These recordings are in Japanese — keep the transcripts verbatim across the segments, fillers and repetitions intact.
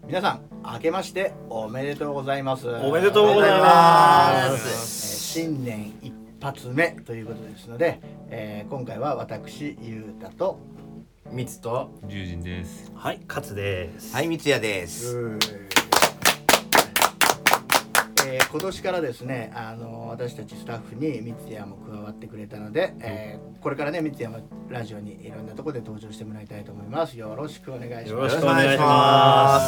皆さん明けましておめでとうございます。 おめでとうございます。 新年一発目ということですので、えー、今回は私ゆうたとみつとじゅうじんです。 はい、かつです。 はい、みつやです。 えー、今年からですね、あの私たちスタッフに三ツ矢も加わってくれたので、えー、これからね三ツ矢もラジオにいろんなところで登場してもらいたいと思います。よろしくお願いします。 よろしくお願いします。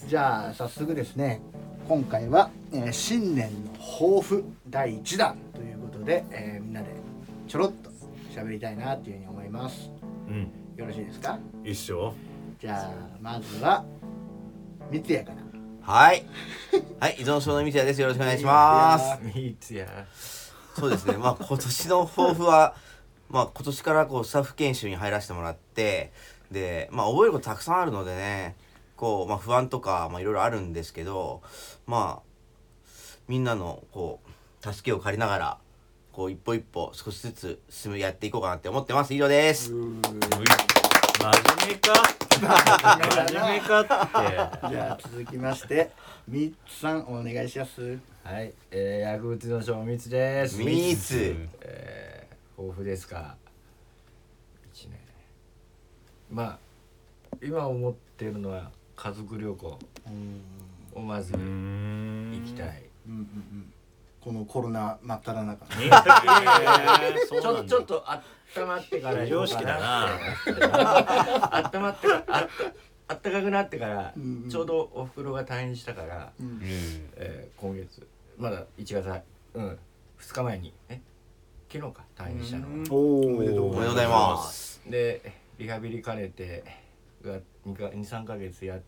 じゃあ早速ですね、今回は、えー、新年の抱負だいいちだんということで、えー、みんなでちょろっと喋りたいなというふうに思います。 うん、 よろしいですか？ 一緒。 じゃあまずは三ツ矢から。 はい。はい、依存症のみつやです。よろしくお願いします。 みつや。 そうですね。まあ今年の抱負は、まあ今年からこうスタッフ研修に入らせてもらって、で、まあ覚えることたくさんあるのでね、こうまあ不安とかまあいろいろあるんですけど、まあみんなのこう助けを借りながら、こう一歩一歩少しずつ進めやっていこうかなって思ってます。以上です。 真面目か。真面目かって。 じゃあ続きましてみつさんお願いします。 はい、えー、薬物の症みつです。 みつ、 えー、抱負ですか。いちねん。まあ今思ってるのは家族旅行をまず行きたい。 うんうんうん、このコロナ真っ只中いやいやいやちょちょっとあったまってから常識だな。 あったまってああったかくなってから、 うんうん、 ちょうどおふくろが退院したから、 うんえー、今月まだいちがつ、うん、ふつかまえにね昨日か退院したの、うん、 おめでとうございます。 でリハビリ兼ねてにさんかげつやって、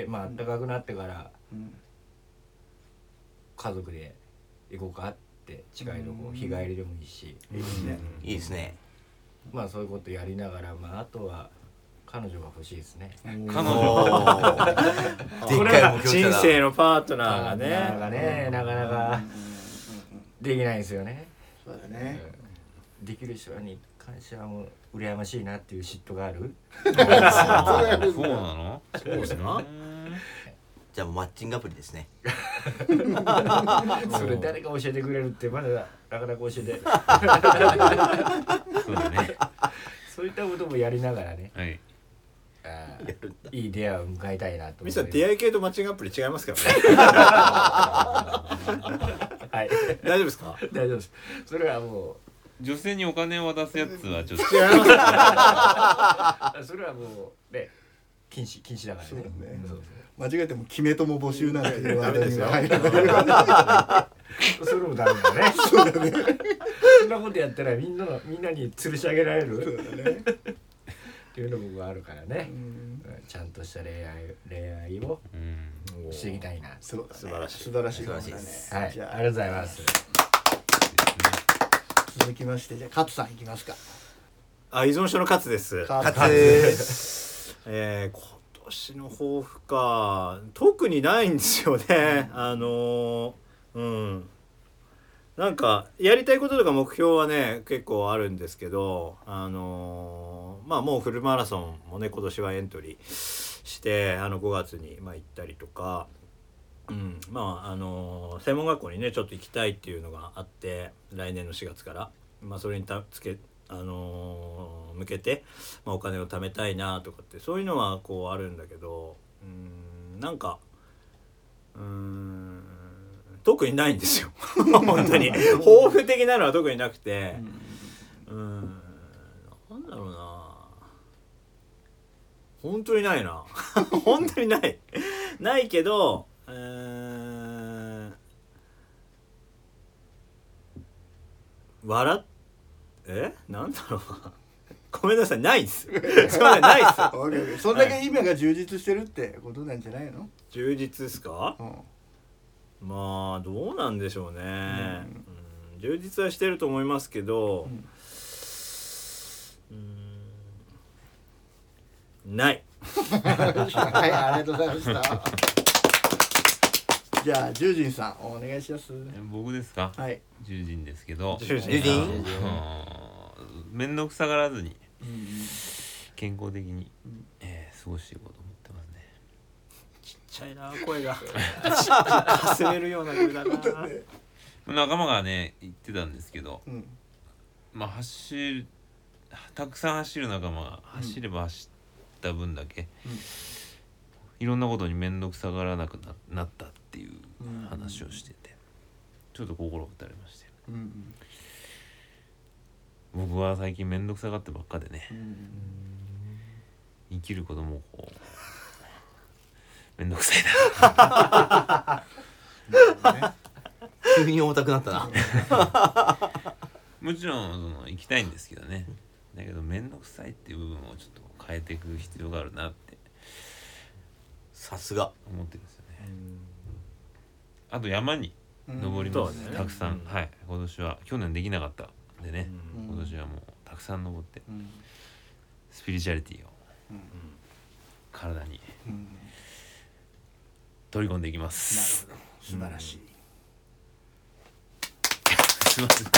まああったかくなってから、うん、家族で行こうかって近いとこ、日帰りでもいいし、 いいですね、 いいですね。 まあそういうことやりながら、まああとは彼女が欲しいですね。 彼女これが人生のパートナーがね、 なかなかね、なかなかできないんですよね。 そうだね。 できる人に関してはもう羨ましいなっていう嫉妬がある。 そうなの？ そうですか？ じゃあもうマッチングアプリですね。 それ誰か教えてくれるってまだなかなか教えて。 そうだね。 そういったこともやりながらね。 はい。 あいい出会いを迎えたいなと思って。 ミスは出会い系とマッチングアプリ違いますからね。 はい。 大丈夫ですか？ 大丈夫です。それはもう女性にお金を渡すやつはちょっと違います。 それはもうね禁止禁止だからね。 そうね。 そうそう間違えても決めとも募集なんていう話題が入る。 それもダメだね。 そうだね。 そんなことやったらみんなのみんなに吊るし上げられる。 そうだね。 っていうのも僕はあるからね。ちゃんとした恋愛恋愛をしていきたいな。 そうだね。 素晴らしい。 素晴らしいだね。 はい。 じゃあありがとうございます。 続きましてじゃあ勝さんいきますか。 あ、依存症の勝です。 勝つ。 えー、今年の抱負か特にないんですよね。あのー、うんなんかやりたいこととか目標はね結構あるんですけど、あのー、まあもうフルマラソンもね今年はエントリーしてあのごがつにまあ行ったりとか、うん、まああのー、専門学校にねちょっと行きたいっていうのがあって来年のしがつから、まあ、それにたつけあのー、向けて、まあ、お金を貯めたいなとかってそういうのはこうあるんだけど、うーんなんかうーん特にないんですよ本当に抱負的なのは特になくて、うーんなんだろうな本当にないな本当にないないけど、えー、笑っえなんだろうごめんなさいないっすすいませんないっすそんだけ今が充実してるってことなんじゃないの？ 充実っすか？ うんまあどうなんでしょうね、うんうん、充実はしてると思いますけど、うん、うんないはい、ありがとうございましたじゃあジュージンさんお願いします。 僕ですか？ はい。 じゅうじんですけど。 じゅうじん。 めんどくさがらずに健康的に、えー、過ごしていこうと思ってますね。 ちっちゃいな声がかすれるような声だな仲間がね言ってたんですけど、 うんまあ走るたくさん走る仲間が走れば走った分だけ、 うんいろんなことに面倒くさがらなく な, なったっていう話をしてて、ちょっと心打たれましたよ。 うんうん僕は最近面倒くさがってばっかでね、 うん生きることもこう面倒くさいな急に重たくなったなもちろんその行きたいんですけどね、だけど面倒くさいっていう部分をちょっと変えていく必要があるなってさすが思ってるんですよね。あと山に登ります、 うんそうねたくさん、 うんはい今年は去年できなかったんでね、 うん今年はもうたくさん登ってうんスピリチュアリティをうん体にうん取り込んでいきまなるす。 ほど素晴らしい、 すいません。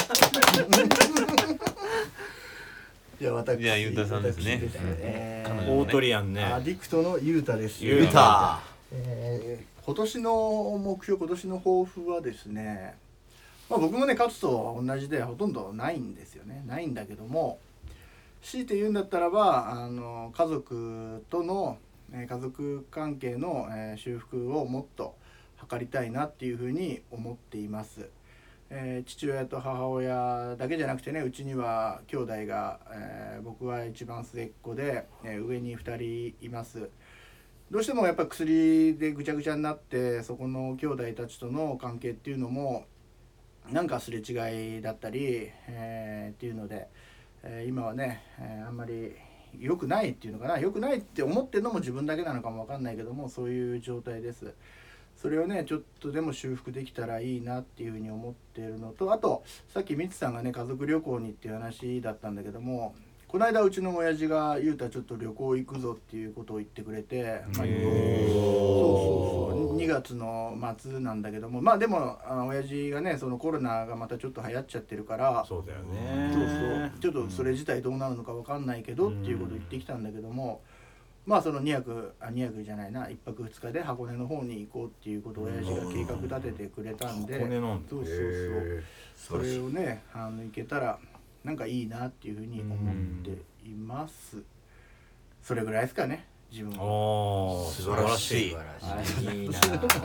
じゃあ私じゃあゆうたさんですね私ですえー彼女大鳥やんねアディクトのゆうたです。 ゆうたえー今年の目標、今年の抱負はですね、まあ、僕もね勝と同じでほとんどないんですよね。ないんだけども、強いて言うんだったらばあの家族との、えー家族関係の、えー修復をもっと図りたいなっていうふうに思っています。えー父親と母親だけじゃなくてね、うちには兄弟が、えー僕は一番末っ子で、えー上にふたりいます。どうしてもやっぱ薬でぐちゃぐちゃになってそこの兄弟たちとの関係っていうのもなんかすれ違いだったり、えーっていうので、えー今はね、えーあんまり良くないっていうのかな、良くないって思ってるのも自分だけなのかもわかんないけども、そういう状態です。それをねちょっとでも修復できたらいいなっていうふうに思っているのと、あとさっきみつさんがね家族旅行にっていう話だったんだけども、この間うちの親父が「ゆうたちょっと旅行行くぞ」っていうことを言ってくれて、まあ、そうそうそうにがつの末なんだけども、まあでもあの親父がねそのコロナがまたちょっと流行っちゃってるからそうだよねそうそうちょっとそれ自体どうなるのか分かんないけどっていうことを言ってきたんだけども、まあそのにはくあにはくじゃないないっぱくふつかで箱根の方に行こうっていうことを親父が計画立ててくれたんで、 箱根なんだそうそうそうそれをねあの行けたらなんかいいなっていうふうに思っています。それぐらいですかね自分は。 ああ素晴らしい素晴らしいいいな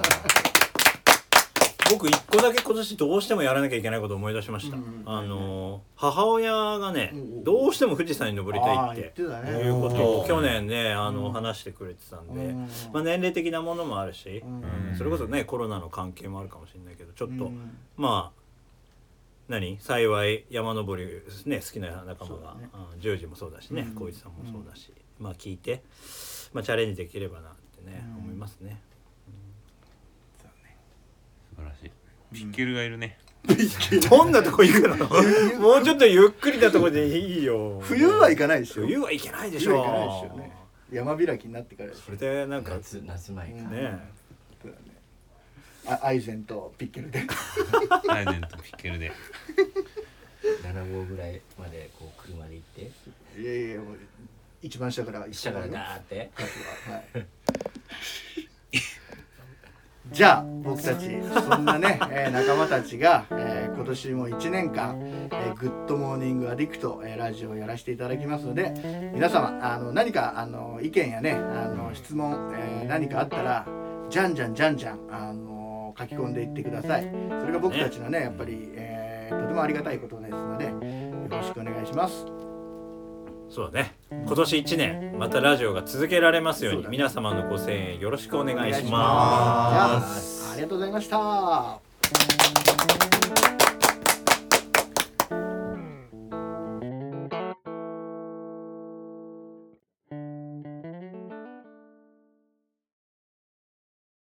僕一個だけ今年どうしてもやらなきゃいけないことを思い出しました、 うんうんあの母親がねうんどうしても富士山に登りたいあーって言ってたねいうことを去年ねあのうん話してくれてたんで、 うんまあ、年齢的なものもあるし、 うんうんそれこそねコロナの関係もあるかもしれないけどちょっと、 うんまあ何幸い山登りね好きな仲間が、 そうだねうん、ジョージもそうだしねうん光一さんもそうだし、まあ聞いて、まあ、チャレンジできればなってね、 うん思いますね。 そうね素晴らしい。ピッケルがいるね。 どんなとこ行くのもうちょっとゆっくりなとこでいいよ。 冬は行かないでしょ。 冬は行けないでしょ冬は行かないでしょうね。山開きになってからでしょそれでなんか夏夏前か、 うんねそうだねあアイゼンとピッケルでアイゼンとピッケルで。 ななごうぐらいまでこう車で行っていやいやもう一番下から下からダーってはいじゃあ僕たちそんなね、えー仲間たちが、えー今年もいちねんかん、えーグッドモーニングアディクト、えーラジオをやらせていただきますので、皆様あの何かあの意見やねあの質問、えー何かあったらじゃんじゃんじゃんじゃんあの書き込んでいってください。それが僕たちのねやっぱり、えーとてもありがたいことですのでよろしくお願いします。 そうだね今年いちねんまたラジオが続けられますようにそうだね皆様のご声援よろしくお願いしお願いします。 ます。じゃあありがとうございました。